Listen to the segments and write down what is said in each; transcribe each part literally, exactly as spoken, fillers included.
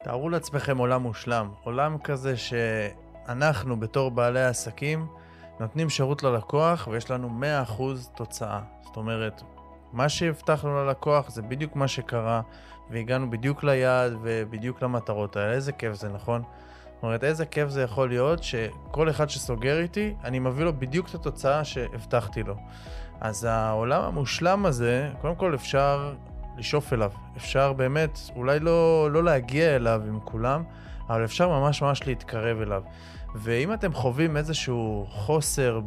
תארו לעצמכם עולם מושלם, עולם כזה שאנחנו בתור בעלי העסקים נותנים שירות ללקוח ויש לנו מאה אחוז תוצאה. זאת אומרת, מה שהבטחנו ללקוח זה בדיוק מה שקרה והגענו בדיוק ליעד ובדיוק למטרות האלה. איזה כיף זה, נכון? זאת אומרת, איזה כיף זה יכול להיות שכל אחד שסוגר איתי, אני מביא לו בדיוק את התוצאה שהבטחתי לו. אז העולם המושלם הזה, קודם כל אפשר לשאוף אליו. אפשר באמת, אולי לא, לא להגיע אליו עם כולם, אבל אפשר ממש ממש להתקרב אליו. ואם אתם חווים איזשהו חוסר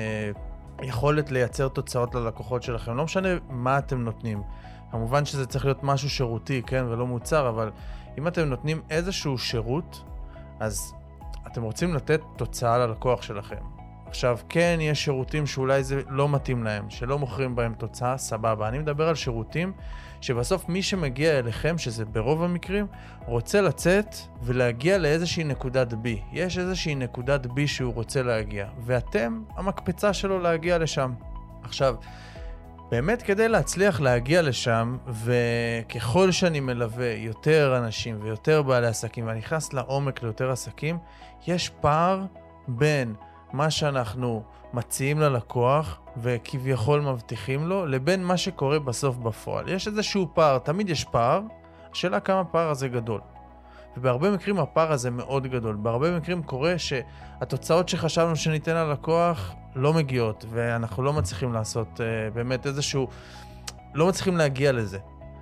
ביכולת לייצר תוצאות ללקוחות שלכם, לא משנה מה אתם נותנים. כמובן שזה צריך להיות משהו שירותי, כן, ולא מוצר, אבל אם אתם נותנים איזשהו שירות, אז אתם רוצים לתת תוצאה ללקוח שלכם. עכשיו, כן, יש שירותים שאולי זה לא מתאים להם, שלא מוכרים בהם תוצאה, סבבה. אני מדבר על שירותים שבסוף מי שמגיע אליכם, שזה ברוב המקרים, רוצה לצאת ולהגיע לאיזושהי נקודת B. יש איזושהי נקודת B שהוא רוצה להגיע, ואתם המקפצה שלו להגיע לשם. עכשיו, באמת כדי להצליח להגיע לשם, וככל שאני מלווה יותר אנשים ויותר בעלי עסקים, ואני נכנס לעומק ליותר עסקים, יש פער בין מה שאנחנו מציעים ללקוח וכביכול מבטיחים לו, לבין מה שקורה בסוף בפועל. יש איזשהו פער, תמיד יש פער, השאלה כמה הפער הזה גדול. ובהרבה מקרים הפער הזה מאוד גדול. בהרבה מקרים קורה שהתוצאות שחשבנו שניתן ללקוח לא מגיעות, ואנחנו לא מצליחים לעשות uh, באמת איזשהו, לא מצליחים להגיע לזה.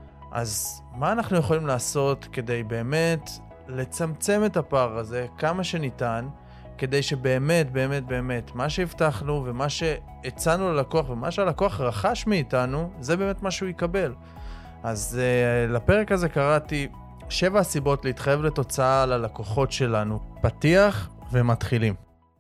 אז מה אנחנו יכולים לעשות כדי באמת לצמצם את הפער הזה כמה שניתן, כדי שבאמת, באמת, באמת, מה שהבטחנו ומה שהצענו ללקוח ומה שהלקוח רכש מאיתנו, זה באמת מה שהוא יקבל. אז uh, לפרק הזה קראתי שבע הסיבות להתחייב לתוצאה ללקוחות שלנו. פתיח ומתחילים.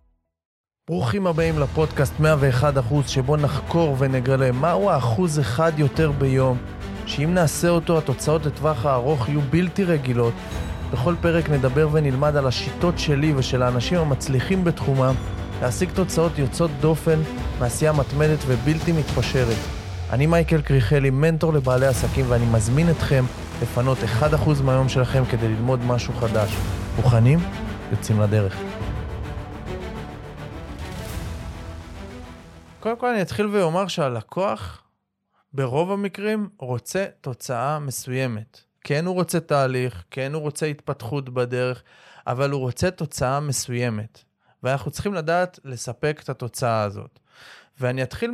ברוכים הבאים לפודקאסט מאה ואחד אחוז, שבו נחקור ונגלה מהו האחוז אחד יותר ביום, שאם נעשה אותו התוצאות לטווח הארוך יהיו בלתי רגילות. בכל פרק נדבר ונלמד על השיטות שלי ושל האנשים המצליחים בתחומם להשיג תוצאות יוצאות דופן מעשייה מתמדת ובלתי מתפשרת. אני מייקל קריכלי, מנטור לבעלי עסקים, ואני מזמין אתכם לפנות אחד אחוז מהיום שלכם כדי ללמוד משהו חדש. מוכנים? יוצאים לדרך. קודם כל אני אתחיל ואומר שהלקוח ברוב המקרים רוצה תוצאה מסוימת. כן הוא רוצה תהליך, כן הוא רוצה התפתחות בדרך, אבל הוא רוצה תוצאה מסוימת. ואנחנו צריכים לדעת לספק את התוצאה הזאת. ואני אתחיל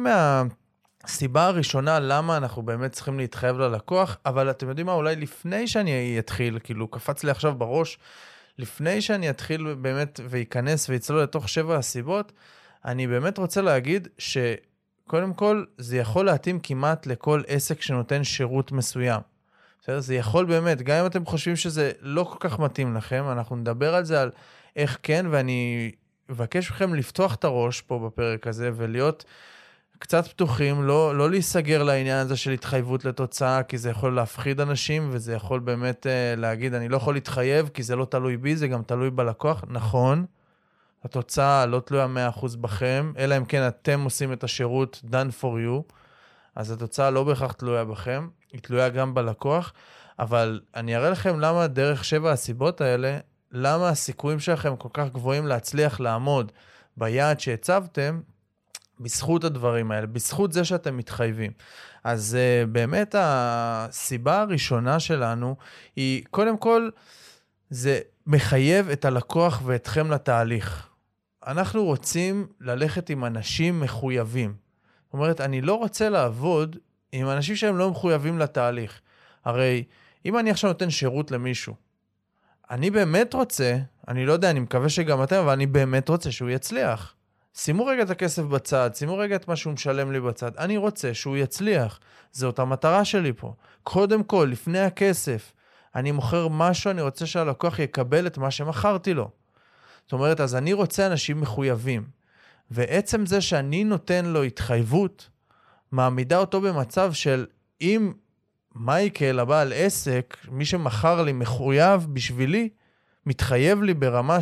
מהסיבה הראשונה למה אנחנו באמת צריכים להתחייב ללקוח, אבל אתם יודעים מה, אולי לפני שאני אתחיל, כאילו קפץ לי עכשיו בראש, לפני שאני אתחיל באמת ויכנס ויצלול לתוך שבע הסיבות, אני באמת רוצה להגיד שקודם כל זה יכול להתאים כמעט לכל עסק שנותן שירות מסוים. זה יכול באמת, גם אם אתם חושבים שזה לא כל כך מתאים לכם, אנחנו נדבר על זה, על איך כן, ואני אבקש מכם לפתוח את הראש פה בפרק הזה, ולהיות קצת פתוחים, לא, לא להיסגר לעניין הזה של התחייבות לתוצאה, כי זה יכול להפחיד אנשים, וזה יכול באמת uh, להגיד, אני לא יכול להתחייב, כי זה לא תלוי בי, זה גם תלוי בלקוח. נכון, התוצאה לא תלויה מאה אחוז בכם, אלא אם כן אתם עושים את השירות done for you, אז התוצאה לא בהכרח תלויה בכם, היא תלויה גם בלקוח, אבל אני אראה לכם למה דרך שבע הסיבות האלה, למה הסיכויים שלכם כל כך גבוהים להצליח לעמוד ביעד שהצבתם, בזכות הדברים האלה, בזכות זה שאתם מתחייבים. אז uh, באמת הסיבה הראשונה שלנו היא, קודם כל, זה מחייב את הלקוח ואתכם לתהליך. אנחנו רוצים ללכת עם אנשים מחויבים. זאת אומרת, אני לא רוצה לעבוד עם אנשים שהם לא מחויבים לתהליך. הרי אם אני עכשיו נותן שירות למישהו, אני באמת רוצה, אני לא יודע, אני מקווה שגם אתם, אבל אני באמת רוצה שהוא יצליח. שימו רגע את הכסף בצד, שימו רגע את מה שהוא משלם לי בצד. אני רוצה שהוא יצליח. זאת המטרה שלי פה. קודם כל, לפני הכסף, אני מוכר משהו, אני רוצה שהלקוח יקבל את מה שמכרתי לו. זאת אומרת, אז אני רוצה אנשים מחויבים. ועצם זה שאני נותן לו התחייבות, מעמידה אותו במצב של אם מייקל, הבעל עסק, מי שמכר לי מחויב בשבילי, מתחייב לי ברמה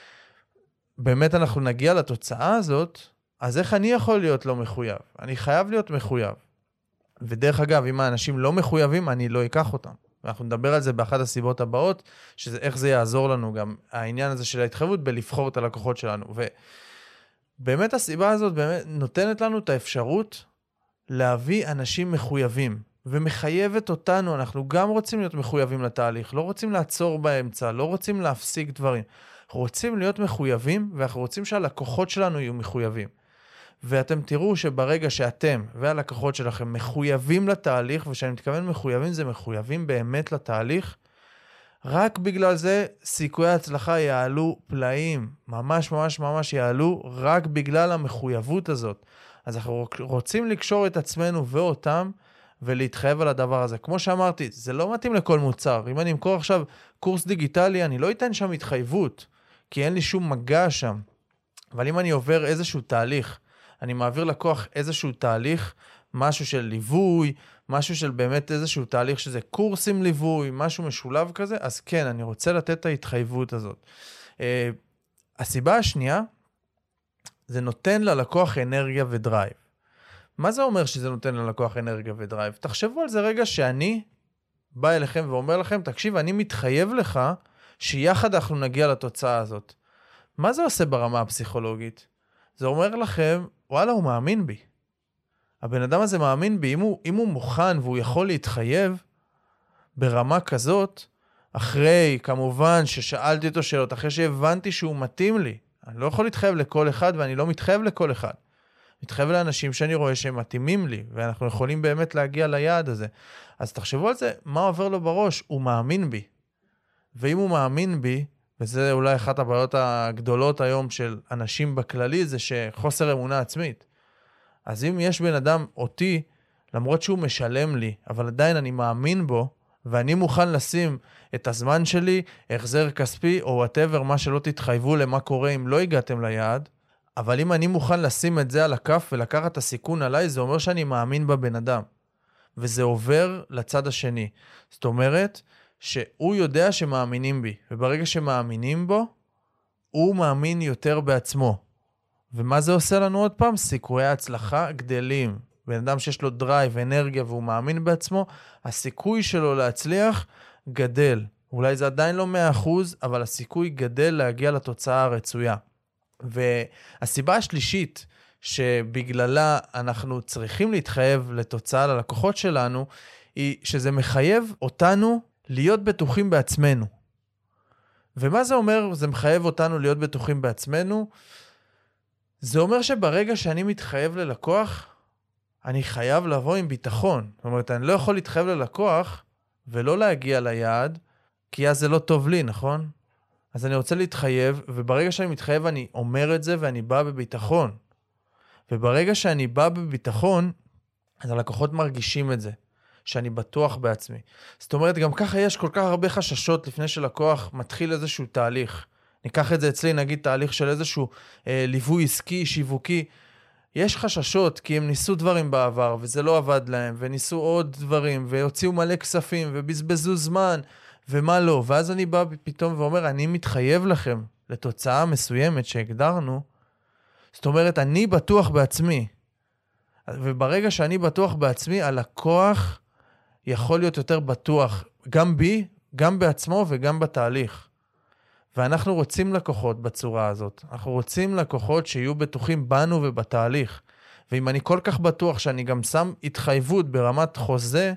שבאמת אנחנו נגיע לתוצאה הזאת, אז איך אני יכול להיות לא מחויב? אני חייב להיות מחויב. ודרך אגב, אם האנשים לא מחויבים, אני לא אקח אותם. ואנחנו נדבר על זה באחת הסיבות הבאות, שזה איך זה יעזור לנו גם, העניין הזה של ההתחייבות בלבחור את הלקוחות שלנו. ובאמת הסיבה הזאת באמת נותנת לנו את האפשרות להביא אנשים מחויבים, ומחייבת אותנו, אנחנו גם רוצים להיות מחויבים לתהליך, לא רוצים לעצור באמצע, לא רוצים להפסיק דברים. אנחנו רוצים להיות מחויבים, ואנחנו רוצים שהלקוחות שלנו יהיו מחויבים. ואתם תראו שברגע שאתם והלקוחות שלכם מחויבים לתהליך, ושאני מתכוון מחויבים, זה מחויבים באמת לתהליך, רק בגלל זה סיכויי ההצלחה יעלו פלאים, ממש ממש ממש יעלו, רק בגלל המחויבות הזאת. אז אנחנו רוצים לקשור את עצמנו ואותם, ולהתחייב על הדבר הזה. כמו שאמרתי, זה לא מתאים לכל מוצר. אם אני אמכור עכשיו קורס דיגיטלי, אני לא אתן שם התחייבות, כי אין לי שום מגע שם. אבל אם אני עובר איזשהו תהליך, אני מעביר לקוח איזשהו תהליך, משהו של ליווי, משהו של באמת איזשהו תהליך שזה קורס עם ליווי, משהו משולב כזה, אז כן, אני רוצה לתת את ההתחייבות הזאת. Uh, הסיבה השנייה, זה נותן ללקוח אנרגיה ודרייב. מה זה אומר שזה נותן ללקוח אנרגיה ודרייב? תחשבו על זה רגע שאני בא אליכם ואומר לכם, תקשיב, אני מתחייב לך שיחד אנחנו נגיע לתוצאה הזאת. מה זה עושה ברמה הפסיכולוגית? זה אומר לכם, וואלה, הוא מאמין בי. הבן אדם הזה מאמין בי, אם הוא, אם הוא מוכן והוא יכול להתחייב ברמה כזאת, אחרי, כמובן, ששאלתי אותו שאלות, אחרי שהבנתי שהוא מתאים לי, אני לא יכול להתחייב לכל אחד, ואני לא מתחייב לכל אחד. מתחייב לאנשים שאני רואה שהם מתאימים לי, ואנחנו יכולים באמת להגיע ליעד הזה. אז תחשבו על זה, מה עובר לו בראש? הוא מאמין בי. ואם הוא מאמין בי, וזה אולי אחת הבעיות הגדולות היום של אנשים בכללי, זה שחוסר אמונה עצמית. אז אם יש בן אדם אותי, למרות שהוא משלם לי, אבל עדיין אני מאמין בו, ואני מוכן לשים את הזמן שלי, החזר כספי, או whatever, מה שלא תתחייבו למה קורה אם לא הגעתם ליעד, אבל אם אני מוכן לשים את זה על הכף ולקחת את הסיכון עליי, זה אומר שאני מאמין בבן אדם. וזה עובר לצד השני. זאת אומרת, שהוא יודע שמאמינים בי, וברגע שמאמינים בו, הוא מאמין יותר בעצמו. ומה זה עושה לנו עוד פעם? סיכויי ההצלחה גדלים. בן אדם שיש לו דרייב, אנרגיה, והוא מאמין בעצמו, הסיכוי שלו להצליח גדל. אולי זה עדיין לא מאה אחוז, אבל הסיכוי גדל להגיע לתוצאה הרצויה. והסיבה השלישית שבגללה אנחנו צריכים להתחייב לתוצאה ללקוחות שלנו, היא שזה מחייב אותנו להיות בטוחים בעצמנו. ומה זה אומר? זה מחייב אותנו להיות בטוחים בעצמנו. זה אומר שברגע שאני מתחייב ללקוח, אני חייב לבוא עם ביטחון. זאת אומרת, אני לא יכול להתחייב ללקוח ולא להגיע ליעד, כי אז זה לא טוב לי, נכון? אז אני רוצה להתחייב, וברגע שאני מתחייב אני אומר את זה ואני בא בביטחון. וברגע שאני בא בביטחון, אז הלקוחות מרגישים את זה, שאני בטוח בעצמי. זאת אומרת, גם ככה יש כל כך הרבה חששות לפני שלקוח מתחיל איזשהו תהליך. ניקח את זה אצלי, נגיד תהליך של איזשהו אה, ליווי עסקי, שיווקי. יש חששות כי הם ניסו דברים בעבר וזה לא עבד להם, וניסו עוד דברים, והוציאו מלא כספים, ובזבזו זמן, ומה לא. ואז אני בא פתאום ואומר, אני מתחייב לכם לתוצאה מסוימת שהגדרנו. זאת אומרת, אני בטוח בעצמי. וברגע שאני בטוח בעצמי, הלקוח יכול להיות יותר בטוח, גם בי, גם בעצמו וגם בתהליך. ואנחנו רוצים לקוחות בצורה הזאת. אנחנו רוצים לקוחות שיהיו בטוחים בנו ובתהליך. ואם אני כל כך בטוח שאני גם שם התחייבות ברמת חוזה,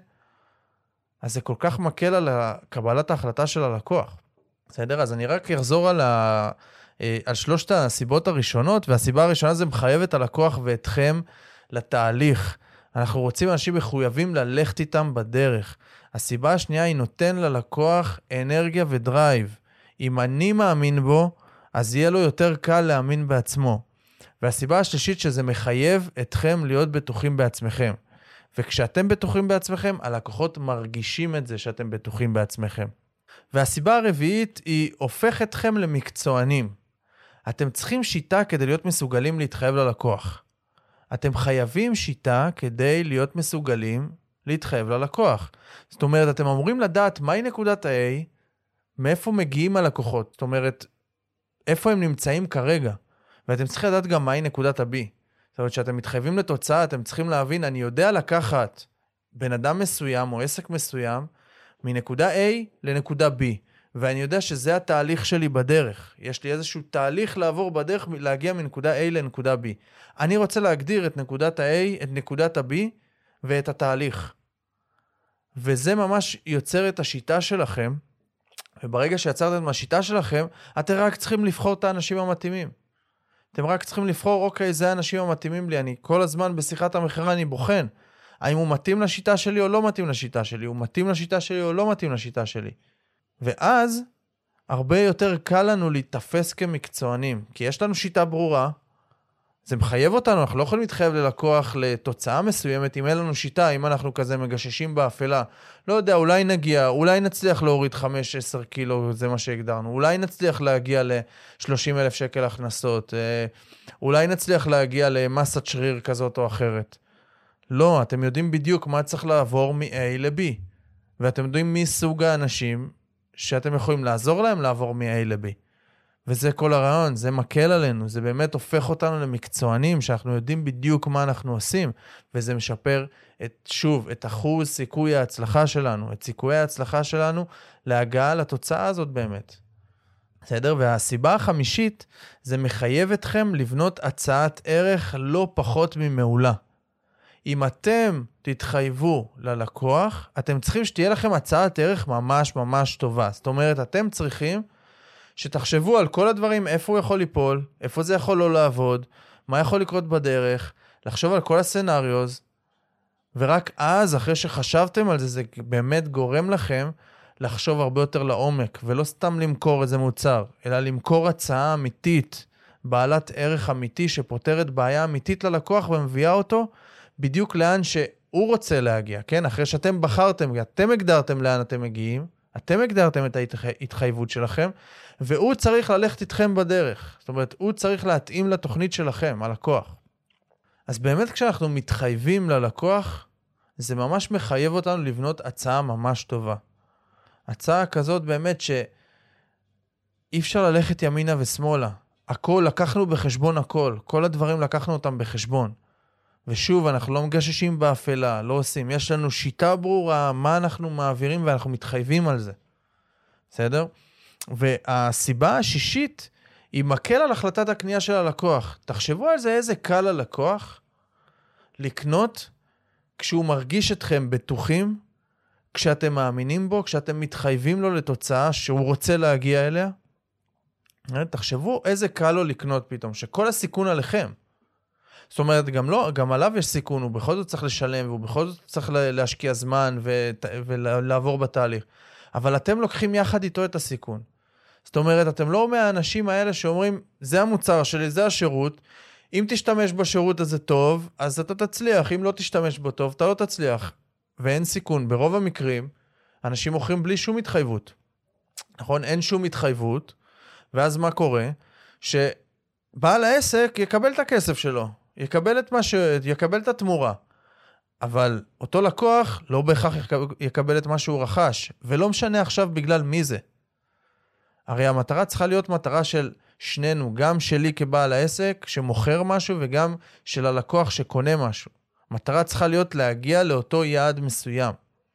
אז זה כל כך מקל על קבלת ההחלטה של הלקוח. בסדר? אז אני רק אחזור על, ה... על שלושת הסיבות הראשונות, והסיבה הראשונה זה מחייב את הלקוח ואתכם לתהליך. אנחנו רוצים אנשים מחויבים ללכת איתם בדרך. הסיבה השנייה היא נותן ללקוח אנרגיה ודרייב. אם אני מאמין בו, אז יהיה לו יותר קל להאמין בעצמו. והסיבה השלישית שזה מחייב אתכם להיות בטוחים בעצמכם. וכשאתם בטוחים בעצמכם, הלקוחות מרגישים את זה שאתם בטוחים בעצמכם. והסיבה הרביעית היא הופך אתכם למקצוענים. אתם צריכים שיטה כדי להיות מסוגלים להתחייב ללקוח. אתם חייבים שיטה כדי להיות מסוגלים להתחייב ללקוח. זאת אומרת, אתם אמורים לדעת מהי נקודת ה-A, מאיפה מגיעים הלקוחות. זאת אומרת, איפה הם נמצאים כרגע. ואתם צריכים לדעת גם מהי נקודת ה-B. זאת אומרת, שאתם מתחייבים לתוצאה, אתם צריכים להבין, אני יודע לקחת בן אדם מסוים או עסק מסוים, מנקודה A לנקודה B, ואני יודע שזה התהליך שלי בדרך. יש לי איזשהו תהליך לעבור בדרך, להגיע מנקודה A לנקודה B. אני רוצה להגדיר את נקודת ה-A, את נקודת ה-B ואת התהליך. וזה ממש יוצר את השיטה שלכם, וברגע שיצרתם את השיטה שלכם, אתם רק צריכים לבחור את האנשים המתאימים. אתם רק צריכים לבחור, אוקיי, זה האנשים המתאימים לי. אני כל הזמן בשיחת המחירה אני בוחן. האם הוא מתאים לשיטה שלי או לא מתאים לשיטה שלי? הוא מתאים לשיטה שלי או לא מתאים לשיטה שלי? ואז, הרבה יותר קל לנו להתאפס כמקצוענים. כי יש לנו שיטה ברורה, זה מחייב אותנו, אנחנו לא יכולים להתחייב ללקוח לתוצאה מסוימת, אם אין לנו שיטה, אם אנחנו כזה מגששים באפלה. לא יודע, אולי נגיע, אולי נצליח להוריד חמש עשר קילו, זה מה שהגדרנו. אולי נצליח להגיע ל-שלושים אלף שקל הכנסות. אולי נצליח להגיע למסת שריר כזאת או אחרת. לא, אתם יודעים בדיוק מה צריך לעבור מ-A ל-B. ואתם יודעים מי סוג האנשים שאתם יכולים לעזור להם לעבור מ-A ל-B. וזה כל הרעיון, זה מקל עלינו, זה באמת הופך אותנו למקצוענים, שאנחנו יודעים בדיוק מה אנחנו עושים, וזה משפר את, שוב, את אחוז סיכוי ההצלחה שלנו, את סיכויי ההצלחה שלנו להגעה לתוצאה הזאת באמת. בסדר? והסיבה החמישית, זה מחייב אתכם לבנות הצעת ערך לא פחות ממעולה. אם אתם תתחייבו ללקוח, אתם צריכים שתהיה לכם הצעת ערך ממש ממש טובה. זאת אומרת, אתם צריכים שתחשבו על כל הדברים, איפה הוא יכול ליפול, איפה זה יכול לא לעבוד, מה יכול לקרות בדרך, לחשוב על כל הסצנריוז, ורק אז, אחרי שחשבתם על זה, זה באמת גורם לכם לחשוב הרבה יותר לעומק, ולא סתם למכור איזה מוצר, אלא למכור הצעה אמיתית, בעלת ערך אמיתי, שפותרת בעיה אמיתית ללקוח, ומביאה אותו בדיוק לאן שהוא רוצה להגיע, כן? אחרי שאתם בחרתם, אתם הגדרתם לאן אתם מגיעים, אתם הגדרתם את ההתחייבות שלכם, והוא צריך ללכת איתכם בדרך. זאת אומרת, הוא צריך להתאים לתוכנית שלכם, הלקוח. אז באמת כשאנחנו מתחייבים ללקוח, זה ממש מחייב אותנו לבנות הצעה ממש טובה. הצעה כזאת באמת שאי אפשר ללכת ימינה ושמאלה. הכל, לקחנו בחשבון הכל. כל הדברים לקחנו אותם בחשבון. ושוב, אנחנו לא מגששים באפלה, לא עושים. יש לנו שיטה ברורה, מה אנחנו מעבירים, ואנחנו מתחייבים על זה. בסדר? והסיבה השישית, היא מקל על החלטת הקנייה של הלקוח. תחשבו על זה, איזה קל ללקוח לקנות כשהוא מרגיש אתכם בטוחים, כשאתם מאמינים בו, כשאתם מתחייבים לו לתוצאה שהוא רוצה להגיע אליה. תחשבו איזה קל לו לקנות פתאום, שכל הסיכון עליכם. זאת אומרת, גם, לא, גם עליו יש סיכון, הוא בכל זאת צריך לשלם, והוא בכל זאת צריך להשקיע זמן ו- ולעבור בתהליך. אבל אתם לוקחים יחד איתו את הסיכון. זאת אומרת, אתם לא מהאנשים האלה שאומרים, זה המוצר שלי, זה השירות, אם תשתמש בשירות הזה טוב, אז אתה תצליח, אם לא תשתמש בו טוב, אתה לא תצליח. ואין סיכון. ברוב המקרים, אנשים מוכרים בלי שום התחייבות. נכון? אין שום התחייבות, ואז מה קורה? שבעל העסק יקבל את הכסף שלו. יקבל את מה ש... יקבל את התמורה. אבל אותו לקוח לא בהכרח יקבל את מה שהוא רכש, ולא משנה עכשיו בגלל מי זה. הרי המטרה צריכה להיות מטרה של שנינו, גם שלי כבעל העסק שמוכר משהו, וגם של הלקוח שקונה משהו. מטרה צריכה להיות להגיע לאותו יעד מסוים.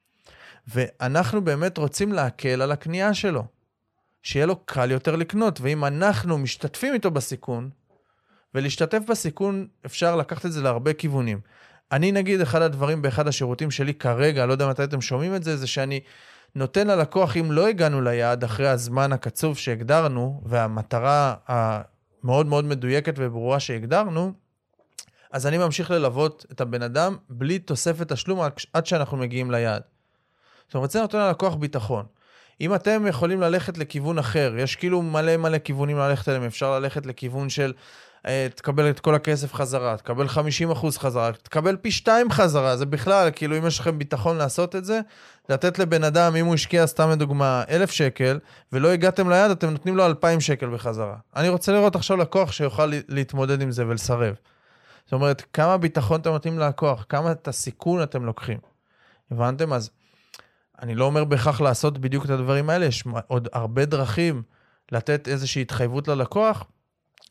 ואנחנו באמת רוצים להקל על הקנייה שלו. שיהיה לו קל יותר לקנות, ואם אנחנו משתתפים איתו בסיכון, ולהשתתף בסיכון אפשר לקחת את זה להרבה כיוונים. אני נגיד אחד הדברים באחד השירותים שלי כרגע, לא יודע מתי אתם שומעים את זה, זה שאני נותן ללקוח, אם לא הגענו ליעד אחרי הזמן הקצוב שהגדרנו, והמטרה המאוד מאוד מדויקת וברורה שהגדרנו, אז אני ממשיך ללוות את הבן אדם בלי תוספת תשלום עד שאנחנו מגיעים ליעד. זאת אומרת, זה נותן ללקוח ביטחון. אם אתם יכולים ללכת לכיוון אחר, יש כאילו מלא מלא כיוונים ללכת אליהם, אפשר ללכת לכיוון של תקבל את כל הכסף חזרה, תקבל חמישים אחוז חזרה, תקבל פי שתיים חזרה, זה בכלל, כאילו אם יש לכם ביטחון לעשות את זה, לתת לבן אדם, אם הוא השקיע סתם לדוגמה אלף שקל, ולא הגעתם ליד, אתם נותנים לו אלפיים שקל בחזרה. אני רוצה לראות עכשיו לקוח שיוכל להתמודד עם זה ולסרב. זאת אומרת, כמה ביטחון אתם נותנים ללקוח, כמה את הסיכון אתם לוקחים. הבנתם? אז אני לא אומר בהכרח לעשות בדיוק את הדברים האלה, יש עוד הרבה דרכים לתת איזושהי התחייבות ללקוח,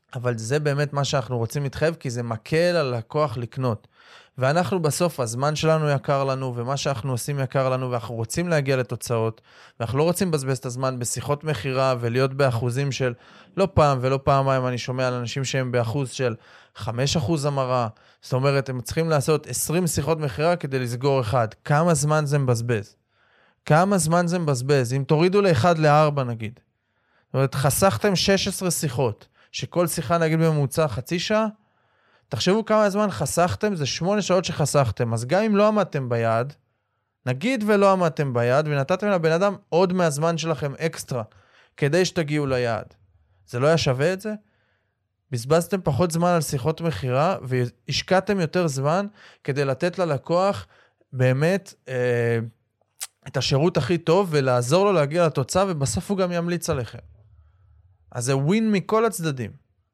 אבל זה באמת מה שאנחנו רוצים להתחייב, כי זה מקל על לקוח לקנות. ואנחנו בסוף, הזמן שלנו יקר לנו, ומה שאנחנו עושים יקר לנו, ואנחנו רוצים להגיע לתוצאות, ואנחנו לא רוצים לבזבז את הזמן בשיחות מחירה, ולהיות באחוזים של לא פעם ולא פעמיים, אני שומע על אנשים שהם באחוז של חמישה אחוז המרה, זאת אומרת, הם צריכים לעשות עשרים שיחות מחירה כדי לסגור אחד. כמה זמן זה מבזבז? כמה זמן זה מבזבז? אם תורידו ל-אחד לארבע נגיד. זאת אומרת, חסכתם שש עשרה שיחות, שכל שיחה נגיד בממוצע חצי שעה, תחשבו כמה זמן חסכתם, זה שמונה שעות שחסכתם, אז גם אם לא עמדתם ביעד, נגיד ולא עמדתם ביעד, ונתתם לבן אדם עוד מהזמן שלכם אקסטרה, כדי שתגיעו ליעד. זה לא היה שווה את זה? בזבזתם פחות זמן על שיחות מחירה, והשקעתם יותר זמן, כדי לתת ללקוח באמת אה, את השירות הכי טוב, ולעזור לו להגיע לתוצאה, ובסוף הוא גם ימליץ עליכם. אז זה ווין מכל הצדדים.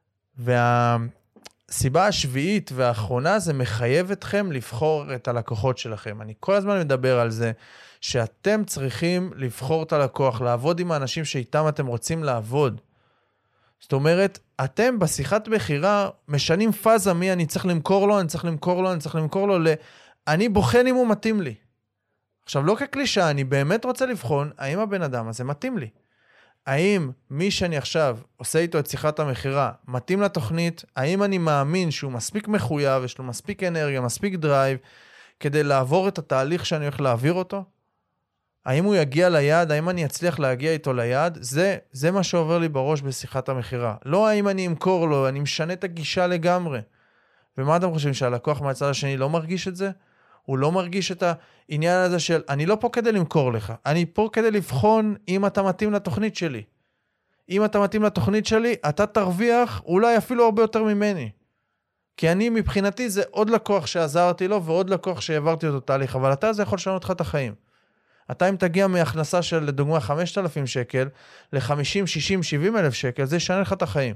והסיבה השביעית והאחרונה, זה מחייב אתכם לבחור את הלקוחות שלכם. אני כל הזמן מדבר על זה, שאתם צריכים לבחור את הלקוח, לעבוד עם האנשים שאיתם אתם רוצים לעבוד. זאת אומרת, אתם בשיחת מחירה משנים פאזה מי אני צריך למכור לו, אני צריך למכור לו, אני צריך למכור לו, ל... אני בוחן אם הוא מתאים לי. עכשיו, לא כקלישה, אני באמת רוצה לבחון, האם הבן אדם הזה מתאים לי. האם מי שאני עכשיו עושה איתו את שיחת המחירה מתאים לתוכנית, האם אני מאמין שהוא מספיק מחויב, יש לו מספיק אנרגיה, מספיק דרייב, כדי לעבור את התהליך שאני הולך להעביר אותו? האם הוא יגיע ליעד, האם אני אצליח להגיע איתו ליעד? זה, זה מה שעובר לי בראש בשיחת המחירה. לא האם אני אמכור לו, אני משנה את הגישה לגמרי. ומה אתם חושבים, שהלקוח מהצד השני לא מרגיש את זה? הוא לא מרגיש את העניין הזה של, אני לא פה כדי למכור לך, אני פה כדי לבחון אם אתה מתאים לתוכנית שלי. אם אתה מתאים לתוכנית שלי, אתה תרוויח אולי אפילו הרבה יותר ממני. כי אני מבחינתי זה עוד לקוח שעזרתי לו, ועוד לקוח שהעברתי אותו תהליך, אבל אתה זה יכול לשנות לך את החיים. אתה אם תגיע מהכנסה של לדוגמה חמשת אלפים שקל, ל-חמישים, שישים, שבעים אלף שקל, זה ישנה לך את החיים.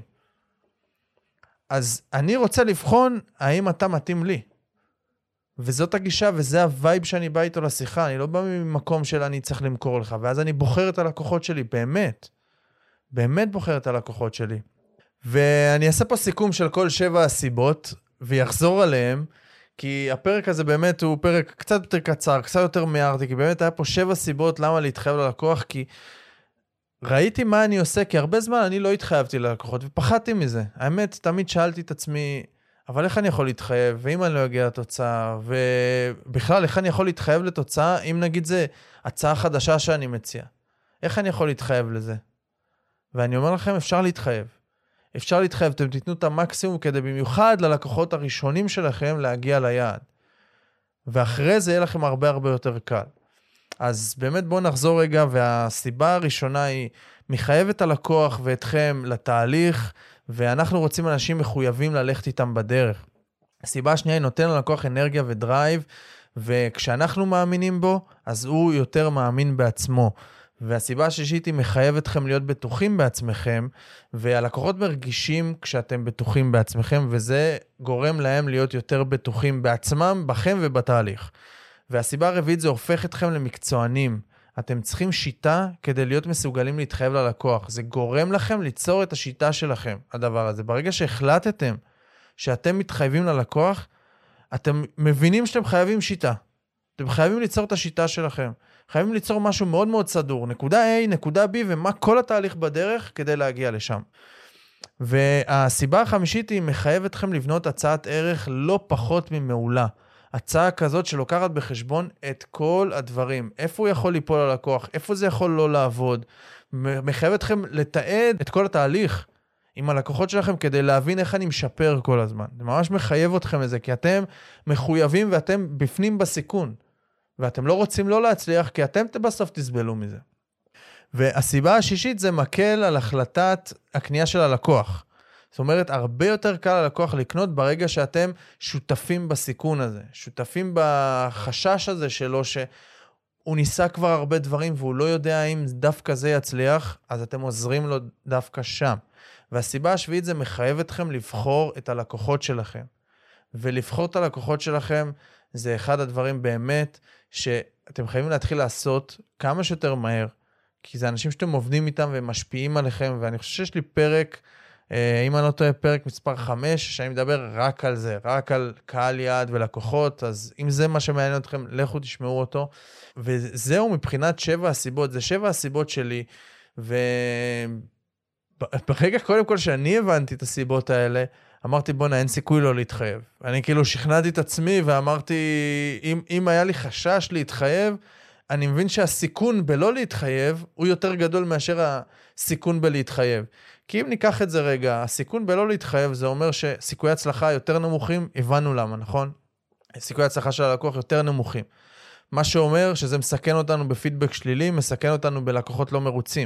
אז אני רוצה לבחון האם אתה מתאים לי. וזאת הגישה, וזה הווייב שאני בא איתו לשיחה, אני לא בא ממקום של אני צריך למכור לך, ואז אני בוחר את הלקוחות שלי, באמת, באמת בוחר את הלקוחות שלי. ואני אעשה פה סיכום של כל שבע הסיבות, ויחזור עליהם, כי הפרק הזה באמת הוא פרק קצת יותר קצר, קצת יותר מהרתי, כי באמת היה פה שבע סיבות למה להתחייב ללקוח, כי ראיתי מה אני עושה, כי הרבה זמן אני לא התחייבתי ללקוחות, ופחדתי מזה. האמת, תמיד שאלתי את עצמי, אבל איך אני יכול להתחייב, ואם אני לא אגיע לתוצאה, ובכלל, איך אני יכול להתחייב לתוצאה, אם נגיד זה הצעה חדשה שאני מציע. איך אני יכול להתחייב לזה? ואני אומר לכם, אפשר להתחייב. אפשר להתחייב, אתם תיתנו את המקסימום, כדי במיוחד ללקוחות הראשונים שלכם להגיע ליעד. ואחרי זה יהיה לכם הרבה הרבה יותר קל. אז באמת בואו נחזור רגע, והסיבה הראשונה היא, מחייב את הלקוח ואתכם לתהליך, ואנחנו רוצים אנשים מחויבים ללכת איתם בדרך. הסיבה השנייה היא נותן ללקוח אנרגיה ודרייב, וכשאנחנו מאמינים בו, אז הוא יותר מאמין בעצמו. והסיבה השישית היא מחייב אתכם להיות בטוחים בעצמכם, והלקוחות מרגישים כשאתם בטוחים בעצמכם, וזה גורם להם להיות יותר בטוחים בעצמם, בכם ובתהליך. והסיבה הרביעית זה הופך אתכם למקצוענים. אתם צריכים שיטה כדי להיות מסוגלים להתחייב ללקוח. זה גורם לכם ליצור את השיטה שלכם, הדבר הזה. ברגע שהחלטתם שאתם מתחייבים ללקוח, אתם מבינים שאתם חייבים שיטה. אתם חייבים ליצור את השיטה שלכם. חייבים ליצור משהו מאוד מאוד סדור. נקודה A, נקודה B, ומה כל התהליך בדרך כדי להגיע לשם. והסיבה החמישית היא מחייב אתכם לבנות הצעת ערך לא פחות ממעולה. הצעה כזאת שלוקחת בחשבון את כל הדברים. איפה הוא יכול ליפול ללקוח? איפה זה יכול לא לעבוד? מחייב אתכם לתעד את כל התהליך עם הלקוחות שלכם כדי להבין איך אני משפר כל הזמן. זה ממש מחייב אתכם לזה, כי אתם מחויבים ואתם בפנים בסיכון. ואתם לא רוצים לא להצליח, כי אתם בסוף תסבלו מזה. והסיבה השישית זה מקל על החלטת הקנייה של הלקוח. זאת אומרת, הרבה יותר קל ללקוח לקנות ברגע שאתם שותפים בסיכון הזה, שותפים בחשש הזה שלו, שהוא ניסה כבר הרבה דברים, והוא לא יודע אם דווקא זה יצליח, אז אתם עוזרים לו דווקא שם. והסיבה השביעית זה מחייב אתכם לבחור את הלקוחות שלכם. ולבחור את הלקוחות שלכם, זה אחד הדברים באמת, שאתם חייבים להתחיל לעשות כמה שיותר מהר, כי זה אנשים שאתם עובדים איתם ומשפיעים עליכם, ואני חושב שיש לי פרק אם אני לא טועה פרק מספר חמש, שאני מדבר רק על זה, רק על קהל יעד ולקוחות, אז אם זה מה שמעניין אתכם, לכו תשמעו אותו. וזהו מבחינת שבע הסיבות, זה שבע הסיבות שלי, וברגע קודם כל שאני הבנתי את הסיבות האלה, אמרתי בונה, אין סיכוי לא להתחייב. אני כאילו שכנעתי את עצמי ואמרתי, אם, אם היה לי חשש להתחייב, אני מבין שהסיכון בלא להתחייב, הוא יותר גדול מאשר הסיכון בלהתחייב. כי אם ניקח את זה רגע, הסיכון בלא להתחייב, זה אומר שסיכויי הצלחה יותר נמוכים, הבנו למה, נכון? סיכויי הצלחה של הלקוח יותר נמוכים. מה שאומר שזה מסכן אותנו בפידבק שלילי, מסכן אותנו בלקוחות לא מרוצים.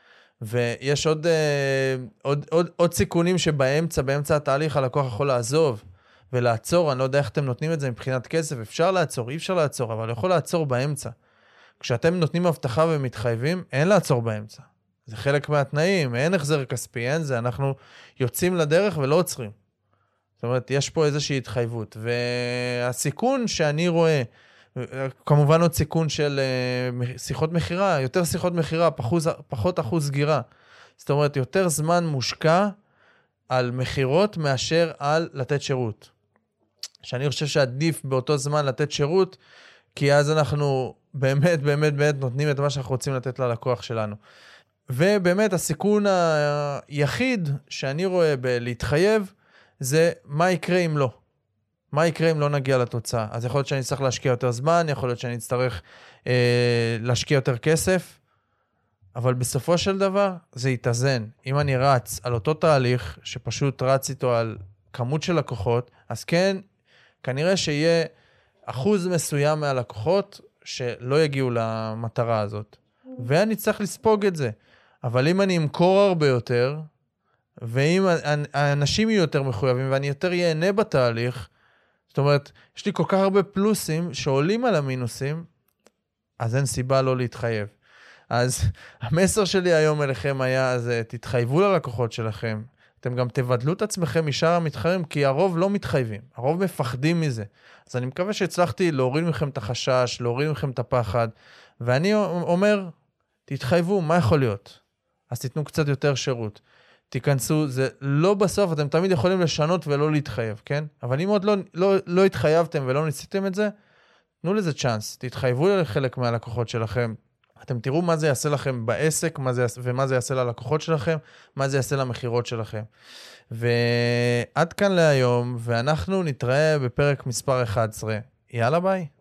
ויש עוד, עוד, עוד, עוד סיכונים שבאמצע, באמצע התהליך הלקוח יכול לעזוב ולעצור. אני לא יודע איך אתם נותנים את זה מבחינת כסף, אפשר לעצור, אי אפשר לעצור, אבל יכול לעצור באמצע. כשאתם נותנים הבטחה ומתחייבים, אין לעצור באמצע. זה חלק מהתנאים, אין החזר כספי, אין זה, אנחנו יוצאים לדרך ולא עוצרים. זאת אומרת, יש פה איזושהי התחייבות, והסיכון שאני רואה, כמובן עוד סיכון של שיחות מחירה, יותר שיחות מחירה, פחות, פחות אחוז סגירה. זאת אומרת, יותר זמן מושקע על מחירות מאשר על לתת שירות. שאני חושב שעדיף באותו זמן לתת שירות, כי אז אנחנו באמת, באמת, באמת נותנים את מה שאנחנו רוצים לתת ללקוח שלנו. ובאמת הסיכון היחיד שאני רואה בלהתחייב, זה מה יקרה אם לא. מה יקרה אם לא נגיע לתוצאה? אז יכול להיות שאני צריך להשקיע יותר זמן, יכול להיות שאני אצטרך אה, להשקיע יותר כסף, אבל בסופו של דבר זה יתאזן. אם אני רץ על אותו תהליך, שפשוט רץ איתו על כמות של לקוחות, אז כן, כנראה שיהיה אחוז מסוים מהלקוחות שלא יגיעו למטרה הזאת. ואני צריך לספוג את זה. אבל אם אני אמכור הרבה יותר, ואם האנשים יהיו יותר מחויבים, ואני יותר ייהנה בתהליך, זאת אומרת, יש לי כל כך הרבה פלוסים שעולים על המינוסים, אז אין סיבה לא להתחייב. אז המסר שלי היום אליכם היה, אז תתחייבו ללקוחות שלכם, אתם גם תבדלו את עצמכם משאר המתחרים, כי הרוב לא מתחייבים, הרוב מפחדים מזה. אז אני מקווה שהצלחתי להוריד מכם את החשש, להוריד מכם את הפחד, ואני אומר, תתחייבו, מה יכול להיות? אז תיתנו קצת יותר שירות. תיכנסו, זה לא בסוף, אתם תמיד יכולים לשנות ולא להתחייב, כן? אבל אם עוד לא, לא, לא התחייבתם ולא ניסיתם את זה, תנו לזה צ'אנס, תתחייבו לחלק מהלקוחות שלכם, אתם תראו מה זה יעשה לכם בעסק, מה זה, ומה זה יעשה ללקוחות שלכם, מה זה יעשה למחירות שלכם. ועד כאן להיום, ואנחנו נתראה בפרק מספר אחת עשרה. יאללה ביי.